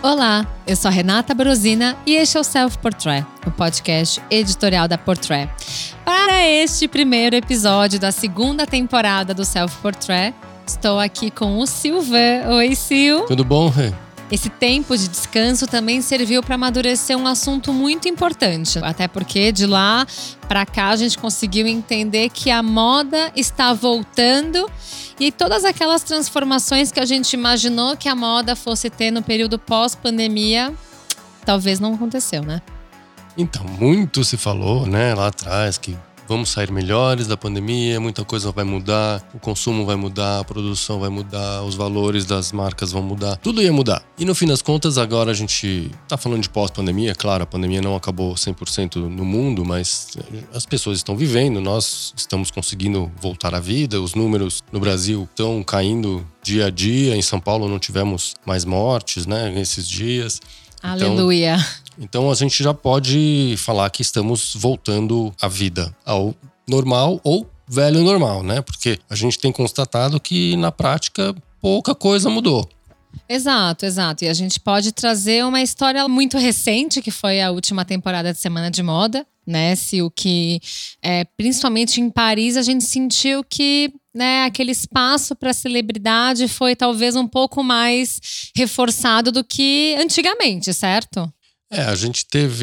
Olá, eu sou a Renata Brosina e este é o Self Portrait, o podcast editorial da Portrait. Para este primeiro episódio da segunda temporada do Self Portrait, estou aqui com o Silvan. Oi, Sil. Tudo bom, Rê? Esse tempo de descanso também serviu para amadurecer um assunto muito importante. Até porque de lá para cá a gente conseguiu entender que a moda está voltando e todas aquelas transformações que a gente imaginou que a moda fosse ter no período pós-pandemia, talvez não aconteceu, né? Então, muito se falou, né, lá atrás, que vamos sair melhores da pandemia, muita coisa vai mudar, o consumo vai mudar, a produção vai mudar, os valores das marcas vão mudar, tudo ia mudar. E no fim das contas, agora a gente tá falando de pós-pandemia, claro, a pandemia não acabou 100% no mundo, mas as pessoas estão vivendo, nós estamos conseguindo voltar à vida, os números no Brasil estão caindo dia a dia, em São Paulo não tivemos mais mortes, né, nesses dias. Aleluia! Então a gente já pode falar que estamos voltando à vida, ao normal ou velho normal, né? Porque a gente tem constatado que na prática pouca coisa mudou. Exato. E a gente pode trazer uma história muito recente, que foi a última temporada de Semana de Moda, né? O que, principalmente em Paris, a gente sentiu que, né, aquele espaço para celebridade foi talvez um pouco mais reforçado do que antigamente, certo? A gente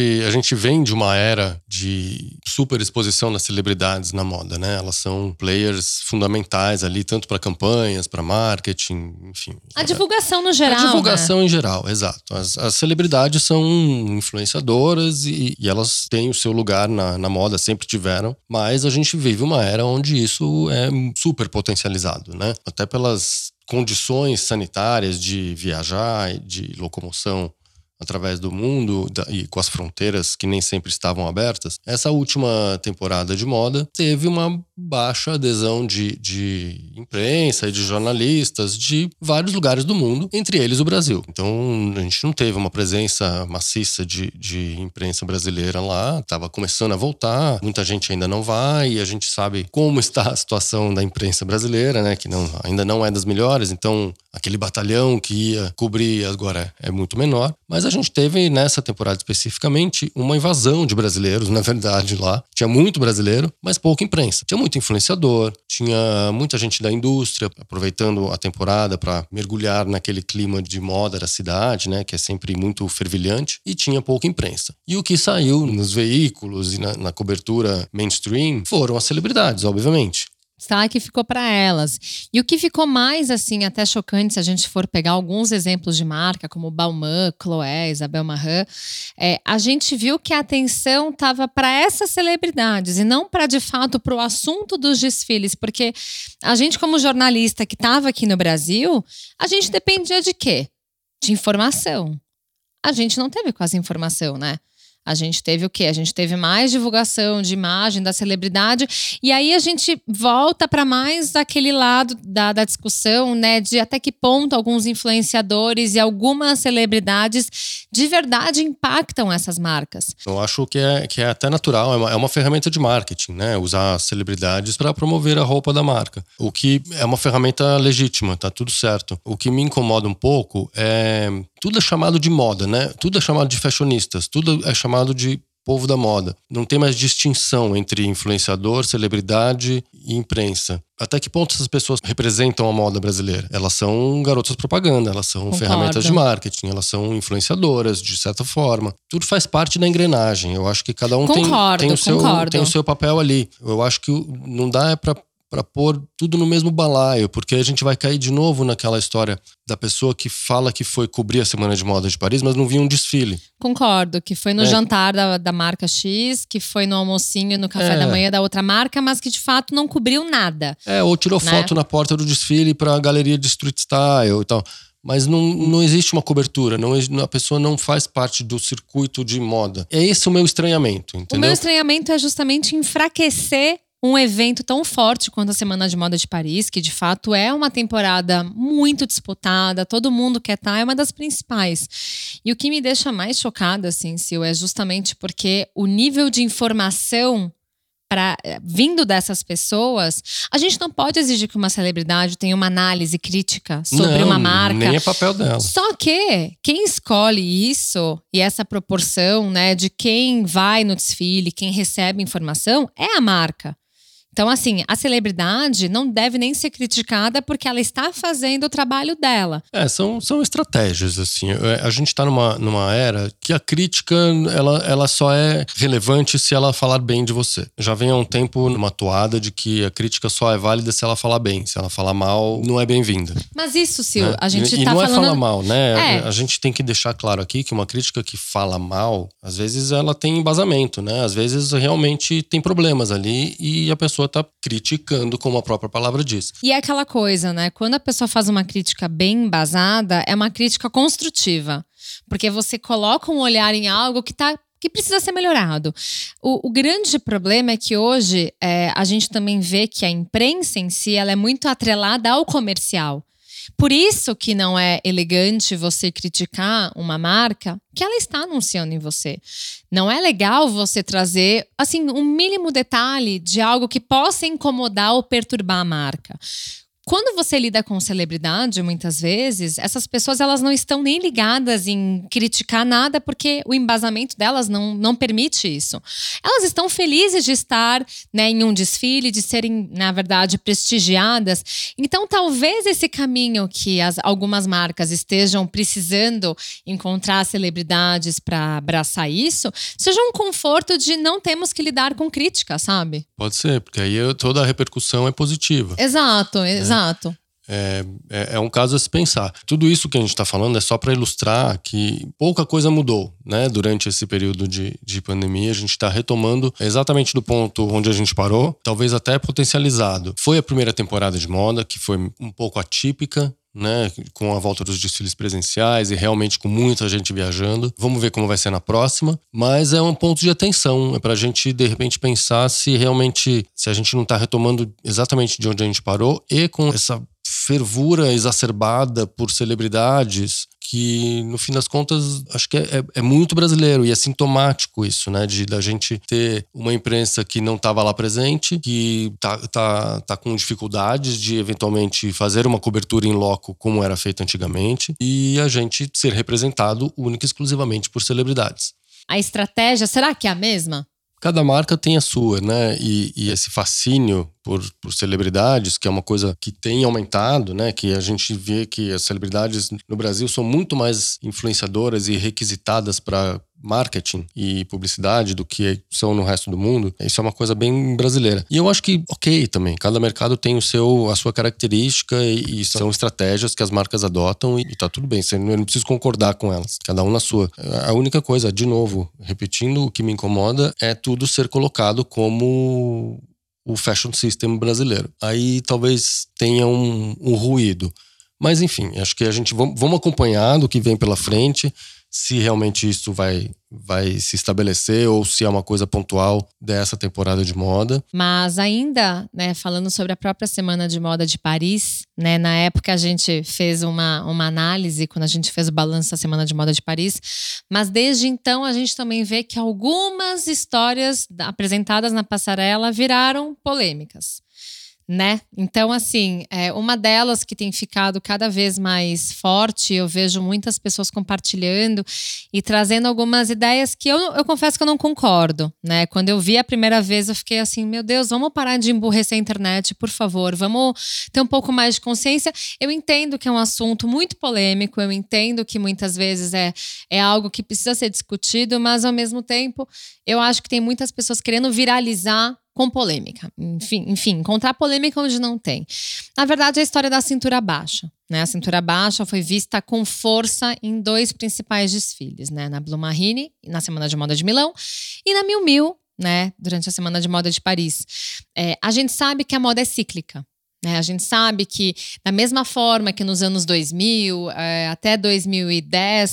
vem de uma era de super exposição das celebridades na moda, né? Elas são players fundamentais ali, tanto para campanhas, para marketing, enfim. A divulgação no geral, A divulgação, né? Em geral, exato. As celebridades são influenciadoras e elas têm o seu lugar na moda, sempre tiveram. Mas a gente vive uma era onde isso é super potencializado, né? Até pelas condições sanitárias de viajar, de locomoção através do mundo e com as fronteiras que nem sempre estavam abertas. Essa última temporada de moda teve uma baixa adesão de imprensa e de jornalistas de vários lugares do mundo, entre eles o Brasil. Então a gente não teve uma presença maciça de imprensa brasileira lá, estava começando a voltar, muita gente ainda não vai e a gente sabe como está a situação da imprensa brasileira, né, que ainda não é das melhores, então aquele batalhão que ia cobrir agora é muito menor, mas a gente teve nessa temporada especificamente uma invasão de brasileiros, na verdade lá. Tinha muito brasileiro, mas pouca imprensa. Tinha muito influenciador, tinha muita gente da indústria aproveitando a temporada para mergulhar naquele clima de moda da cidade, né, que é sempre muito fervilhante, e tinha pouca imprensa. E o que saiu nos veículos e na cobertura mainstream foram as celebridades, obviamente. Que ficou para elas. E o que ficou mais, assim, até chocante, se a gente for pegar alguns exemplos de marca, como Balmain, Chloé, Isabel Marant, a gente viu que a atenção estava para essas celebridades e não para, de fato, para o assunto dos desfiles, porque a gente, como jornalista que estava aqui no Brasil, a gente dependia de quê? De informação. A gente não teve quase informação, né? A gente teve o quê? A gente teve mais divulgação de imagem da celebridade e aí a gente volta para mais aquele lado da discussão, né? De até que ponto alguns influenciadores e algumas celebridades de verdade impactam essas marcas. Eu acho que é até natural, é uma ferramenta de marketing, né? Usar celebridades para promover a roupa da marca. O que é uma ferramenta legítima, tá tudo certo. O que me incomoda um pouco é... Tudo é chamado de moda, né? Tudo é chamado de fashionistas, tudo é chamado de povo da moda. Não tem mais distinção entre influenciador, celebridade e imprensa. Até que ponto essas pessoas representam a moda brasileira? Elas são garotas propaganda, elas são ferramentas de marketing, elas são influenciadoras, de certa forma. Tudo faz parte da engrenagem. Eu acho que cada um tem o seu papel ali. Eu acho que não dá para pôr tudo no mesmo balaio, porque a gente vai cair de novo naquela história da pessoa que fala que foi cobrir a Semana de Moda de Paris, mas não viu um desfile. Concordo, que foi no jantar da marca X, que foi no almocinho, no café da manhã da outra marca, mas que de fato não cobriu nada. Ou tirou foto na porta do desfile para a galeria de street style e tal. Mas não existe uma cobertura, a pessoa não faz parte do circuito de moda. É esse o meu estranhamento, entendeu? O meu estranhamento é justamente enfraquecer um evento tão forte quanto a Semana de Moda de Paris, que de fato é uma temporada muito disputada, todo mundo quer estar, é uma das principais. E o que me deixa mais chocada, assim, Sil, é justamente porque o nível de informação vindo dessas pessoas, a gente não pode exigir que uma celebridade tenha uma análise crítica sobre uma marca. Nem é papel dela. Só que quem escolhe isso e essa proporção, né, de quem vai no desfile, quem recebe informação, é a marca. Então, assim, a celebridade não deve nem ser criticada porque ela está fazendo o trabalho dela. São estratégias, assim. A gente está numa era que a crítica, ela só é relevante se ela falar bem de você. Já vem há um tempo numa toada de que a crítica só é válida se ela falar bem. Se ela falar mal, não é bem-vinda. Mas isso, Sil, né? a gente e tá não falando... é falar mal, né? É. A gente tem que deixar claro aqui que uma crítica que fala mal, às vezes ela tem embasamento, né? Às vezes realmente tem problemas ali e a pessoa tá criticando, como a própria palavra diz. E é aquela coisa, né? Quando a pessoa faz uma crítica bem embasada, é uma crítica construtiva. Porque você coloca um olhar em algo que precisa ser melhorado. O grande problema é que hoje a gente também vê que a imprensa em si ela é muito atrelada ao comercial. Por isso que não é elegante você criticar uma marca que ela está anunciando em você. Não é legal você trazer, assim, um mínimo detalhe de algo que possa incomodar ou perturbar a marca. Quando você lida com celebridade, muitas vezes, essas pessoas elas não estão nem ligadas em criticar nada porque o embasamento delas não permite isso. Elas estão felizes de estar, né, em um desfile, de serem, na verdade, prestigiadas. Então, talvez esse caminho que algumas marcas estejam precisando encontrar celebridades para abraçar isso, seja um conforto de não temos que lidar com crítica, sabe? Pode ser, porque aí toda a repercussão é positiva. Exato. É um caso a se pensar. Tudo isso que a gente está falando é só para ilustrar que pouca coisa mudou, né? Durante esse período de pandemia, a gente está retomando exatamente do ponto onde a gente parou, talvez até potencializado. Foi a primeira temporada de moda, que foi um pouco atípica, né, com a volta dos desfiles presenciais e realmente com muita gente viajando. Vamos ver como vai ser na próxima, mas é um ponto de atenção, é pra gente de repente pensar se a gente não tá retomando exatamente de onde a gente parou e com essa fervura exacerbada por celebridades que, no fim das contas, acho que é muito brasileiro e é sintomático isso, né? Da gente ter uma imprensa que não estava lá presente, que tá com dificuldades de, eventualmente, fazer uma cobertura em loco como era feito antigamente e a gente ser representado única e exclusivamente por celebridades. A estratégia, será que é a mesma? Cada marca tem a sua, né? E esse fascínio por celebridades, que é uma coisa que tem aumentado, né? Que a gente vê que as celebridades no Brasil são muito mais influenciadoras e requisitadas para marketing e publicidade do que são no resto do mundo. Isso é uma coisa bem brasileira. E eu acho que, ok, também. Cada mercado tem a sua característica e são estratégias que as marcas adotam e tá tudo bem. Eu não preciso concordar com elas. Cada um na sua. A única coisa, de novo, repetindo, o que me incomoda é tudo ser colocado como o fashion system brasileiro. Aí talvez tenha um ruído. Mas enfim, acho que a gente vamos acompanhar do que vem pela frente, se realmente isso vai se estabelecer ou se é uma coisa pontual dessa temporada de moda. Mas ainda, né, falando sobre a própria Semana de Moda de Paris, né, na época a gente fez uma análise, quando a gente fez o balanço da Semana de Moda de Paris, mas desde então a gente também vê que algumas histórias apresentadas na passarela viraram polêmicas. Né? Então, assim, uma delas que tem ficado cada vez mais forte, eu vejo muitas pessoas compartilhando e trazendo algumas ideias que eu confesso que eu não concordo, né? Quando eu vi a primeira vez, eu fiquei assim, meu Deus, vamos parar de emburrecer a internet, por favor, vamos ter um pouco mais de consciência. Eu entendo que é um assunto muito polêmico, eu entendo que muitas vezes é algo que precisa ser discutido, mas ao mesmo tempo, eu acho que tem muitas pessoas querendo viralizar com polêmica. Enfim, encontrar polêmica onde não tem. Na verdade, é a história da cintura baixa, né? A cintura baixa foi vista com força em 2 principais desfiles, né? Na Blu Marine, na Semana de Moda de Milão, e na Miu Miu, né? Durante a Semana de Moda de Paris. A gente sabe que a moda é cíclica. A gente sabe que, da mesma forma que nos anos 2000 até 2010,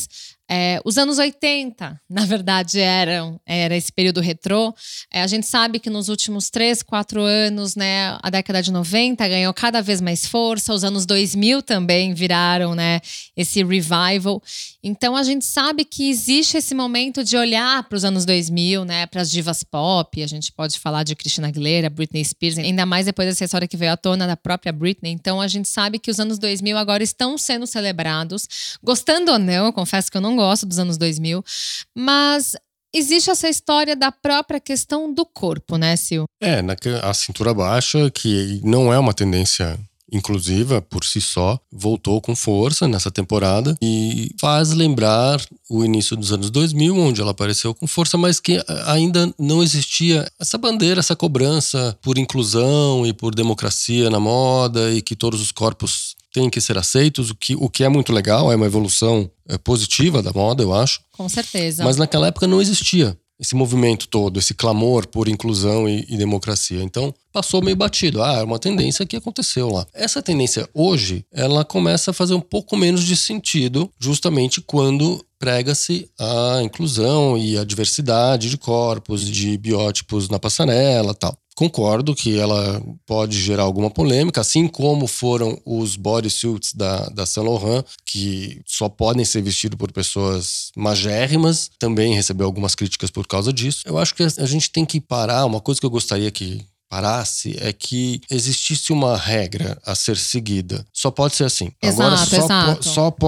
Os anos 80, na verdade, era esse período retrô. A gente sabe que nos últimos 3, 4 anos, né, a década de 90 ganhou cada vez mais força, os anos 2000 também viraram, né, esse revival. Então a gente sabe que existe esse momento de olhar para os anos 2000, né, para as divas pop. A gente pode falar de Christina Aguilera, Britney Spears, ainda mais depois dessa história que veio à tona da própria Britney. Então a gente sabe que os anos 2000 agora estão sendo celebrados. Gostando ou não, eu confesso que eu não gosto dos anos 2000, mas existe essa história da própria questão do corpo, né, Sil? A cintura baixa, que não é uma tendência inclusiva por si só, voltou com força nessa temporada e faz lembrar o início dos anos 2000, onde ela apareceu com força, mas que ainda não existia essa bandeira, essa cobrança por inclusão e por democracia na moda e que todos os corpos têm que ser aceitos, o que é muito legal, é uma evolução positiva da moda, eu acho. Com certeza. Mas naquela época não existia esse movimento todo, esse clamor por inclusão e democracia. Então, passou meio batido. É uma tendência que aconteceu lá. Essa tendência hoje, ela começa a fazer um pouco menos de sentido, justamente quando prega-se a inclusão e a diversidade de corpos, de biótipos na passarela e tal. Concordo que ela pode gerar alguma polêmica, assim como foram os bodysuits da Saint Laurent, que só podem ser vestidos por pessoas magérrimas. Também recebeu algumas críticas por causa disso. Eu acho que a gente tem que parar. Uma coisa que eu gostaria que parasse é que existisse uma regra a ser seguida. Só pode ser assim. Exato, Agora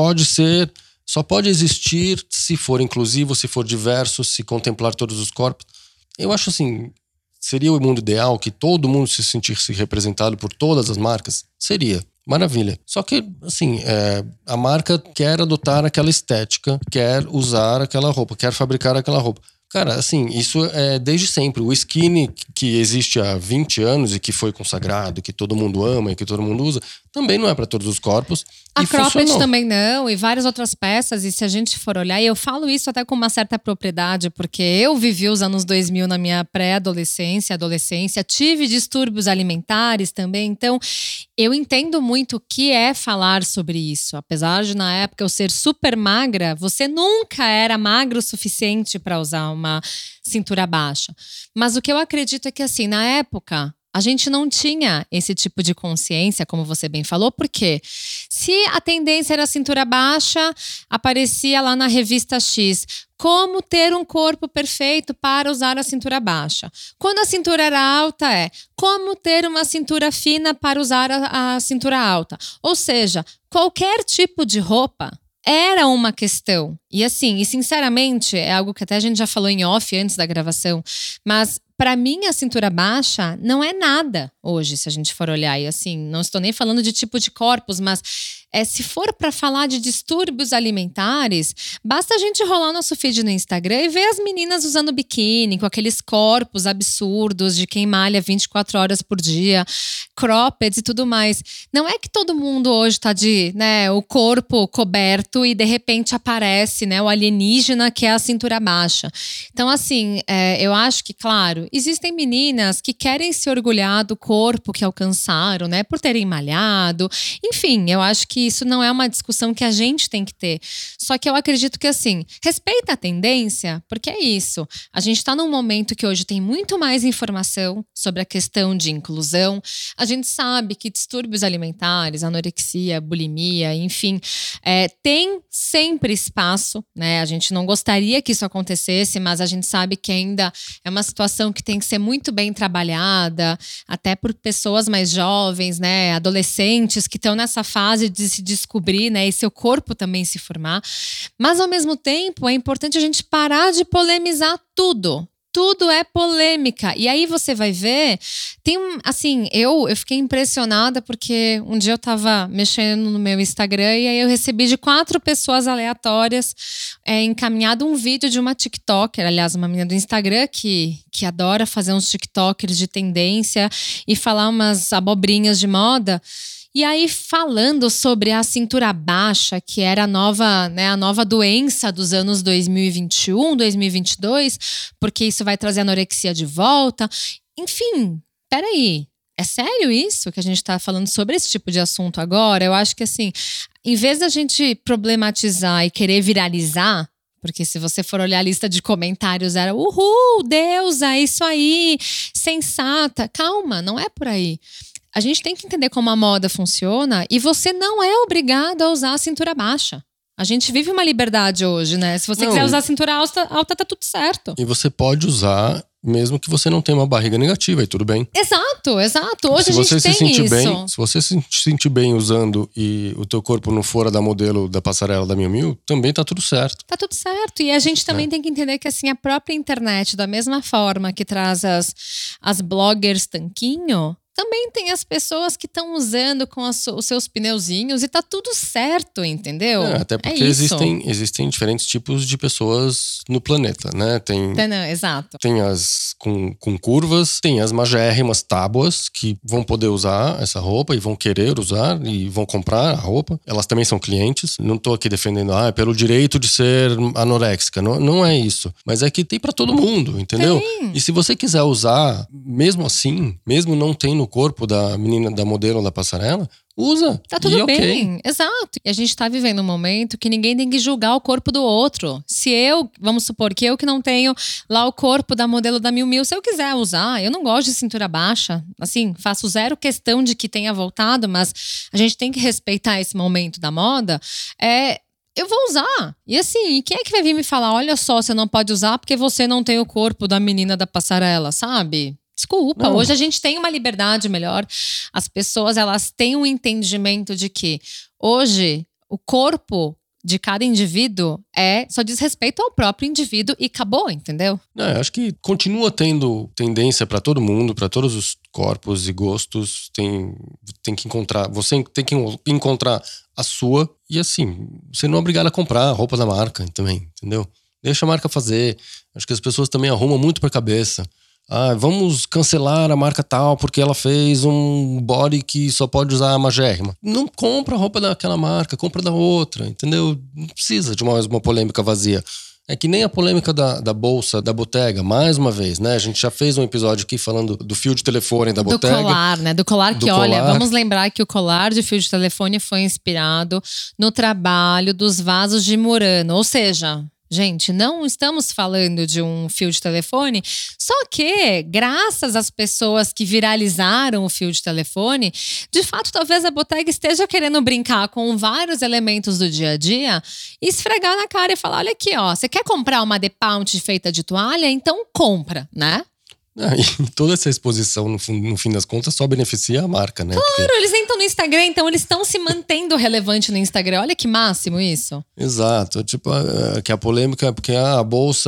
só pode existir se for inclusivo, se for diverso, se contemplar todos os corpos. Eu acho assim, seria o mundo ideal que todo mundo se sentisse representado por todas as marcas? Seria. Maravilha. Só que, assim, a marca quer adotar aquela estética, quer usar aquela roupa, quer fabricar aquela roupa. Cara, assim, isso é desde sempre. O skinny que existe há 20 anos e que foi consagrado, que todo mundo ama e que todo mundo usa, também não é para todos os corpos. A cropped também não, e várias outras peças. E se a gente for olhar, e eu falo isso até com uma certa propriedade, porque eu vivi os anos 2000 na minha pré-adolescência, adolescência, tive distúrbios alimentares também. Então, eu entendo muito o que é falar sobre isso. Apesar de, na época, eu ser super magra, você nunca era magro o suficiente para usar uma cintura baixa. Mas o que eu acredito é que, assim, na época, a gente não tinha esse tipo de consciência, como você bem falou, porque se a tendência era cintura baixa, aparecia lá na revista X, como ter um corpo perfeito para usar a cintura baixa. Quando a cintura era alta, como ter uma cintura fina para usar a cintura alta. Ou seja, qualquer tipo de roupa era uma questão. E assim, e sinceramente, é algo que até a gente já falou em off antes da gravação, mas para mim a cintura baixa não é nada hoje, se a gente for olhar. E assim, não estou nem falando de tipo de corpos, mas se for para falar de distúrbios alimentares, basta a gente rolar o nosso feed no Instagram e ver as meninas usando biquíni, com aqueles corpos absurdos de quem malha 24 horas por dia, cropped e tudo mais. Não é que todo mundo hoje tá de, né, o corpo coberto e de repente aparece, né, o alienígena que é a cintura baixa. Então assim, eu acho que, claro, existem meninas que querem se orgulhar do corpo que alcançaram, né, por terem malhado. Enfim, eu acho que isso não é uma discussão que a gente tem que ter. Só que eu acredito que, assim, respeita a tendência, porque é isso. A gente está num momento que hoje tem muito mais informação sobre a questão de inclusão. A gente sabe que distúrbios alimentares, anorexia, bulimia, enfim, tem sempre espaço, né? A gente não gostaria que isso acontecesse, mas a gente sabe que ainda é uma situação que tem que ser muito bem trabalhada, até por pessoas mais jovens, né? Adolescentes que estão nessa fase de se descobrir, né, e seu corpo também se formar. Mas, ao mesmo tempo, é importante a gente parar de polemizar tudo. Tudo é polêmica. E aí você vai ver, assim, eu fiquei impressionada porque um dia eu tava mexendo no meu Instagram e aí eu recebi de 4 pessoas aleatórias encaminhado um vídeo de uma TikToker, aliás, uma menina do Instagram que adora fazer uns TikTokers de tendência e falar umas abobrinhas de moda. E aí, falando sobre a cintura baixa, que era a nova doença dos anos 2021, 2022, porque isso vai trazer a anorexia de volta. Enfim, peraí, é sério isso que a gente está falando sobre esse tipo de assunto agora? Eu acho que, assim, em vez da gente problematizar e querer viralizar, Porque se você for olhar a lista de comentários, era uhul, deusa, isso aí, sensata. Calma, não é por aí. A gente tem que entender como a moda funciona e você não é obrigado a usar a cintura baixa. A gente vive uma liberdade hoje, né? Se você quiser usar a cintura alta, tá tudo certo. E você pode usar mesmo que você não tenha uma barriga negativa, e tudo bem. Exato. Hoje a gente tem isso. Se você se sentir bem usando e o teu corpo não for a da modelo da passarela da Miu Miu, também tá tudo certo. Tá tudo certo. E a gente também tem que entender que assim, a própria internet, da mesma forma que traz as bloggers tanquinho, também tem as pessoas que estão usando com os seus pneuzinhos e tá tudo certo, entendeu? Até porque existem diferentes tipos de pessoas no planeta, né? Exato. Tem as com curvas, tem as magérrimas tábuas que vão poder usar essa roupa e vão querer usar e vão comprar a roupa. Elas também são clientes. Não tô aqui defendendo, pelo direito de ser anoréxica. Não é isso. Mas é que tem pra todo mundo, entendeu? Tem. E se você quiser usar, mesmo assim, mesmo não tendo o corpo da menina, da modelo da passarela, usa. Tá tudo bem, okay. Exato. E a gente tá vivendo um momento que ninguém tem que julgar o corpo do outro. Vamos supor que eu que não tenho lá o corpo da modelo da Miu Miu, se eu quiser usar, eu não gosto de cintura baixa. Assim, faço zero questão de que tenha voltado, mas a gente tem que respeitar esse momento da moda. Eu vou usar. E assim, quem é que vai vir me falar, olha só, você não pode usar porque você não tem o corpo da menina da passarela, sabe? Desculpa, hoje a gente tem uma liberdade melhor. As pessoas, elas têm um entendimento de que hoje o corpo de cada indivíduo só diz respeito ao próprio indivíduo e acabou, entendeu? Acho que continua tendo tendência para todo mundo, para todos os corpos e gostos. Tem que encontrar, você tem que encontrar a sua. E assim, você não é obrigado a comprar a roupa da marca também, entendeu? Deixa a marca fazer. Acho que as pessoas também arrumam muito pra cabeça. Vamos cancelar a marca tal porque ela fez um body que só pode usar a magérrima. Não compra a roupa daquela marca, compra da outra, entendeu? Não precisa de uma polêmica vazia. É que nem a polêmica da bolsa da Bottega, mais uma vez, né? A gente já fez um episódio aqui falando do fio de telefone da Bottega. Do colar, né? Do colar que, olha, vamos lembrar que o colar de fio de telefone foi inspirado no trabalho dos vasos de Murano, ou seja... Gente, não estamos falando de um fio de telefone, só que, graças às pessoas que viralizaram o fio de telefone, de fato, talvez a Bottega esteja querendo brincar com vários elementos do dia a dia e esfregar na cara e falar, olha aqui, ó, você quer comprar uma The Pound feita de toalha? Então compra, né? E toda essa exposição, no fim das contas, só beneficia a marca, né? Claro, eles nem estão no Instagram, então eles estão se mantendo relevante no Instagram. Olha que máximo isso. Exato. Tipo, que a polêmica é porque a bolsa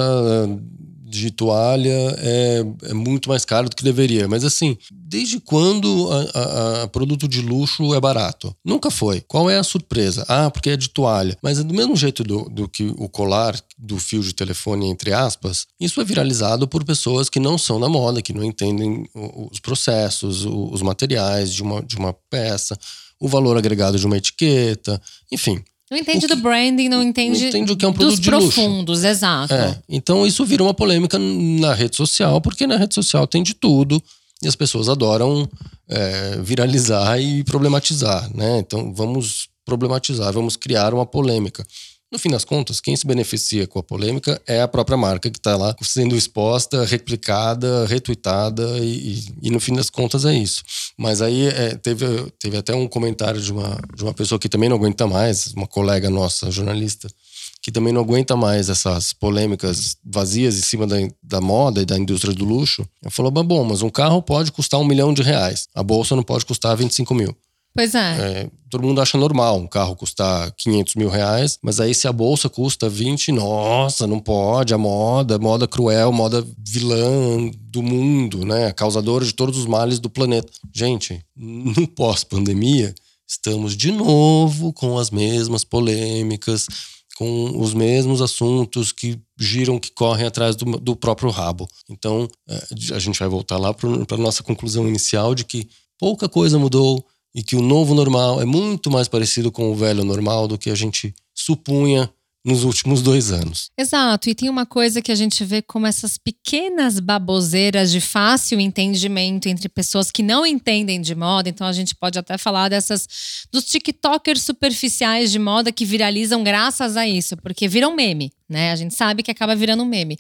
de toalha é muito mais caro do que deveria. Mas assim, desde quando a produto de luxo é barato? Nunca foi. Qual é a surpresa? Porque é de toalha. Mas é do mesmo jeito do que o colar do fio de telefone, entre aspas, isso é viralizado por pessoas que não são da moda, que não entendem os processos, os materiais de uma peça, o valor agregado de uma etiqueta, enfim. Não entende do branding, não entende o que é um produto de luxo. Dos profundos, exato. Então isso vira uma polêmica na rede social, porque na rede social tem de tudo e as pessoas adoram viralizar e problematizar, né? Então vamos problematizar, vamos criar uma polêmica. No fim das contas, quem se beneficia com a polêmica é a própria marca que está lá sendo exposta, replicada, retweetada e no fim das contas é isso. Mas aí teve até um comentário de uma pessoa que também não aguenta mais, uma colega nossa, jornalista, que também não aguenta mais essas polêmicas vazias em cima da moda e da indústria do luxo. Ela falou, mas um carro pode custar R$1 milhão, a bolsa não pode custar 25 mil. Pois é. Todo mundo acha normal um carro custar R$500 mil, mas aí se a bolsa custa 20, nossa, não pode, a moda cruel, moda vilã do mundo, né? Causadora de todos os males do planeta. Gente, no pós-pandemia, estamos de novo com as mesmas polêmicas, com os mesmos assuntos que giram, que correm atrás do próprio rabo. Então, a gente vai voltar lá para a nossa conclusão inicial de que pouca coisa mudou, e que o novo normal é muito mais parecido com o velho normal do que a gente supunha nos últimos 2 anos. Exato, e tem uma coisa que a gente vê como essas pequenas baboseiras de fácil entendimento entre pessoas que não entendem de moda. Então a gente pode até falar dos tiktokers superficiais de moda que viralizam graças a isso, porque viram meme, né? A gente sabe que acaba virando um meme.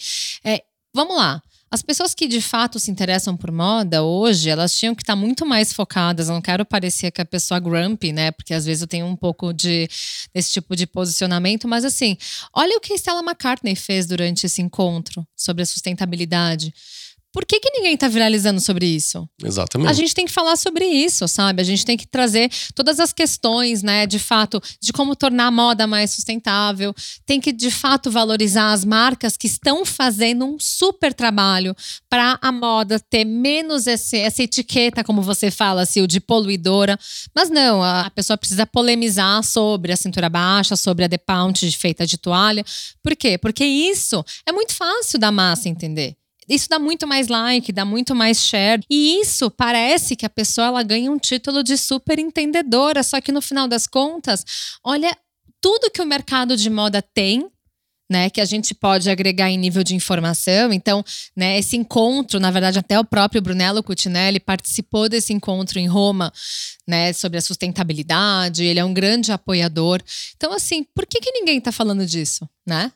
Vamos lá. As pessoas que de fato se interessam por moda hoje, elas tinham que estar muito mais focadas. Eu não quero parecer que a pessoa grumpy, né? Porque às vezes eu tenho um pouco desse tipo de posicionamento. Mas assim, olha o que a Stella McCartney fez durante esse encontro sobre a sustentabilidade. Por que ninguém tá viralizando sobre isso? Exatamente. A gente tem que falar sobre isso, sabe? A gente tem que trazer todas as questões, né, de fato, de como tornar a moda mais sustentável. Tem que, de fato, valorizar as marcas que estão fazendo um super trabalho para a moda ter menos essa etiqueta, como você fala, Sil, de poluidora. Mas não, a pessoa precisa polemizar sobre a cintura baixa, sobre a depaunt feita de toalha. Por quê? Porque isso é muito fácil da massa entender. Isso dá muito mais like, dá muito mais share. E isso parece que a pessoa ela ganha um título de super entendedora. Só que no final das contas, olha tudo que o mercado de moda tem, né, que a gente pode agregar em nível de informação. Então, né, esse encontro, na verdade, até o próprio Brunello Cucinelli participou desse encontro em Roma, né, sobre a sustentabilidade. Ele é um grande apoiador. Então, assim, por que ninguém está falando disso, né?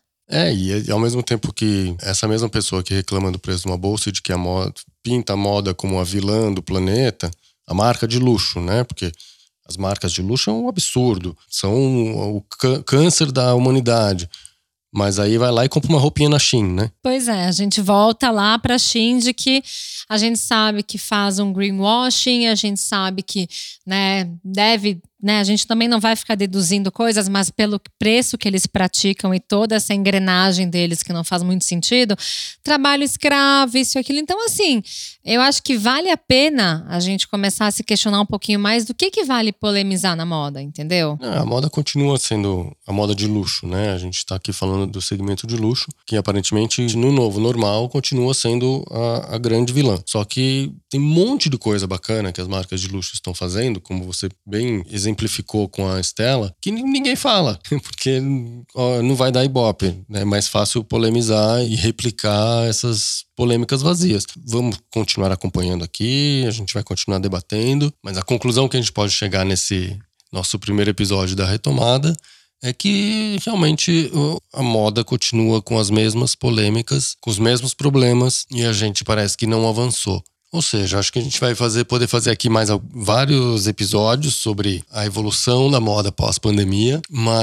E ao mesmo tempo que essa mesma pessoa que reclama do preço de uma bolsa e de que a moda pinta a moda como a vilã do planeta, a marca de luxo, né? Porque as marcas de luxo é um absurdo, são o câncer da humanidade. Mas aí vai lá e compra uma roupinha na Shein, né? Pois é, a gente volta lá pra Shein de que a gente sabe que faz um greenwashing, a gente sabe que, né, deve... Né, a gente também não vai ficar deduzindo coisas, mas pelo preço que eles praticam e toda essa engrenagem deles que não faz muito sentido, trabalho escravo, isso e aquilo. Então, assim, eu acho que vale a pena a gente começar a se questionar um pouquinho mais do que vale polemizar na moda, entendeu? A moda continua sendo a moda de luxo, né? A gente tá aqui falando do segmento de luxo, que aparentemente no novo normal continua sendo a grande vilã. Só que tem um monte de coisa bacana que as marcas de luxo estão fazendo, como você bem exemplificou com a Stella, que ninguém fala, porque não vai dar ibope. É mais fácil polemizar e replicar essas polêmicas vazias. Vamos continuar acompanhando aqui, a gente vai continuar debatendo, mas a conclusão que a gente pode chegar nesse nosso primeiro episódio da retomada é que realmente a moda continua com as mesmas polêmicas, com os mesmos problemas, e a gente parece que não avançou. Ou seja, acho que a gente vai poder fazer aqui mais vários episódios sobre a evolução da moda pós-pandemia,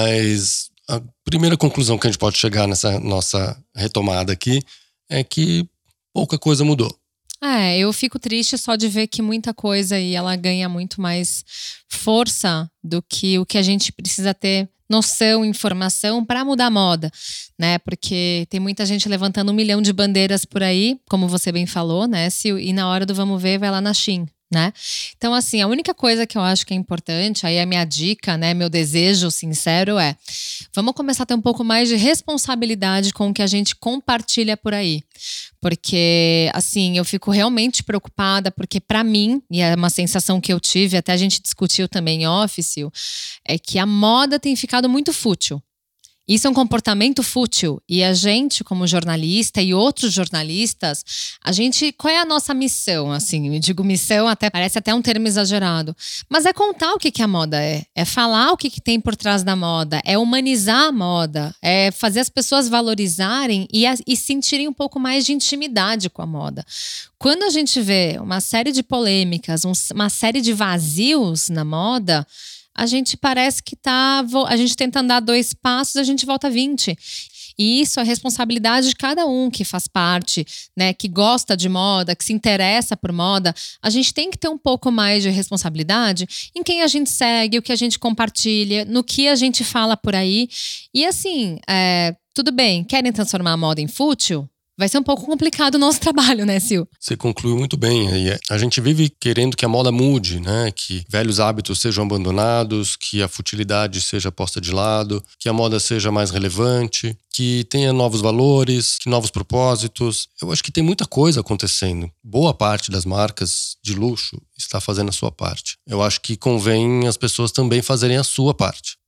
mas a primeira conclusão que a gente pode chegar nessa nossa retomada aqui é que pouca coisa mudou. Eu fico triste só de ver que muita coisa e ela ganha muito mais força do que o que a gente precisa ter noção, informação para mudar a moda, né? Porque tem muita gente levantando 1 milhão de bandeiras por aí, como você bem falou, né? E na hora do vamos ver, vai lá na Shein, né? Então, assim, a única coisa que eu acho que é importante, aí a minha dica, né, meu desejo sincero é: vamos começar a ter um pouco mais de responsabilidade com o que a gente compartilha por aí. Porque, assim, eu fico realmente preocupada, porque pra mim, e é uma sensação que eu tive, até a gente discutiu também em office, é que a moda tem ficado muito fútil. Isso é um comportamento fútil. E a gente, como jornalista e outros jornalistas, qual é a nossa missão? Assim, eu digo missão, parece até um termo exagerado. Mas é contar o que a moda é. É falar o que tem por trás da moda. É humanizar a moda. É fazer as pessoas valorizarem e sentirem um pouco mais de intimidade com a moda. Quando a gente vê uma série de polêmicas, uma série de vazios na moda, a gente parece que a gente tenta andar 2 passos, a gente volta 20. E isso é responsabilidade de cada um que faz parte, né, que gosta de moda, que se interessa por moda. A gente tem que ter um pouco mais de responsabilidade em quem a gente segue, o que a gente compartilha, no que a gente fala por aí. E assim, tudo bem, querem transformar a moda em fútil? Vai ser um pouco complicado o nosso trabalho, né, Sil? Você concluiu muito bem. A gente vive querendo que a moda mude, né? Que velhos hábitos sejam abandonados, que a futilidade seja posta de lado, que a moda seja mais relevante, que tenha novos valores, que novos propósitos. Eu acho que tem muita coisa acontecendo. Boa parte das marcas de luxo está fazendo a sua parte. Eu acho que convém as pessoas também fazerem a sua parte.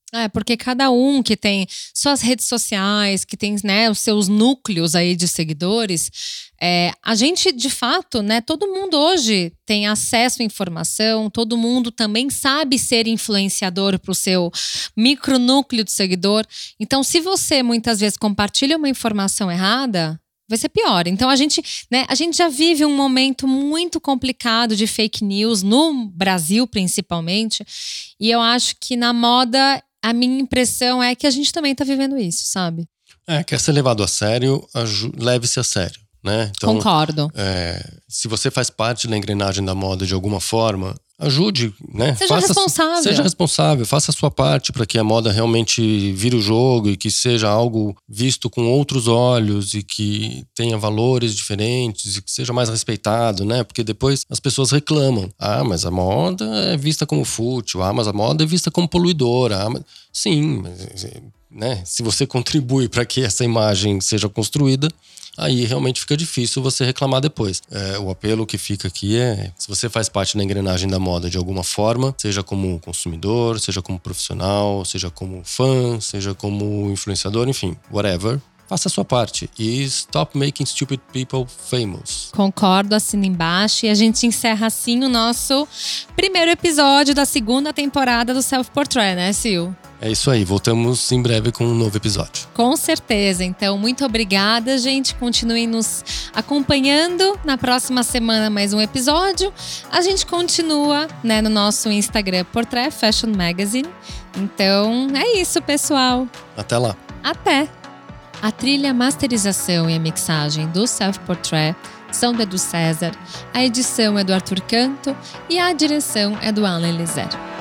Porque cada um que tem suas redes sociais, que tem, né, os seus núcleos aí de seguidores, a gente, de fato, né, todo mundo hoje tem acesso à informação, todo mundo também sabe ser influenciador para o seu micronúcleo de seguidor. Então, se você muitas vezes compartilha uma informação errada, vai ser pior. Então, a gente já vive um momento muito complicado de fake news, no Brasil principalmente, e eu acho que na moda, a minha impressão é que a gente também está vivendo isso, sabe? Quer ser levado a sério, leve-se a sério, né? Então, concordo. Se você faz parte da engrenagem da moda de alguma forma, ajude, né? Seja responsável, faça a sua parte para que a moda realmente vire o jogo e que seja algo visto com outros olhos e que tenha valores diferentes e que seja mais respeitado, né? Porque depois as pessoas reclamam. Mas a moda é vista como fútil. Mas a moda é vista como poluidora. Sim, né? Se você contribui para que essa imagem seja construída, aí realmente fica difícil você reclamar depois. O apelo que fica aqui se você faz parte da engrenagem da moda de alguma forma, seja como consumidor, seja como profissional, seja como fã, seja como influenciador, enfim, whatever, faça a sua parte e stop making stupid people famous. Concordo, assina embaixo. E a gente encerra assim o nosso primeiro episódio da segunda temporada do Self Portrait, né, Sil? É isso aí, voltamos em breve com um novo episódio. Com certeza, então muito obrigada, gente. Continuem nos acompanhando. Na próxima semana mais um episódio. A gente continua, né, no nosso Instagram Portrait Fashion Magazine. Então é isso, pessoal. Até lá. Até! A trilha, masterização e a mixagem do Self Portrait são do Edu César, a edição é do Arthur Canto e a direção é do Alan Elizer.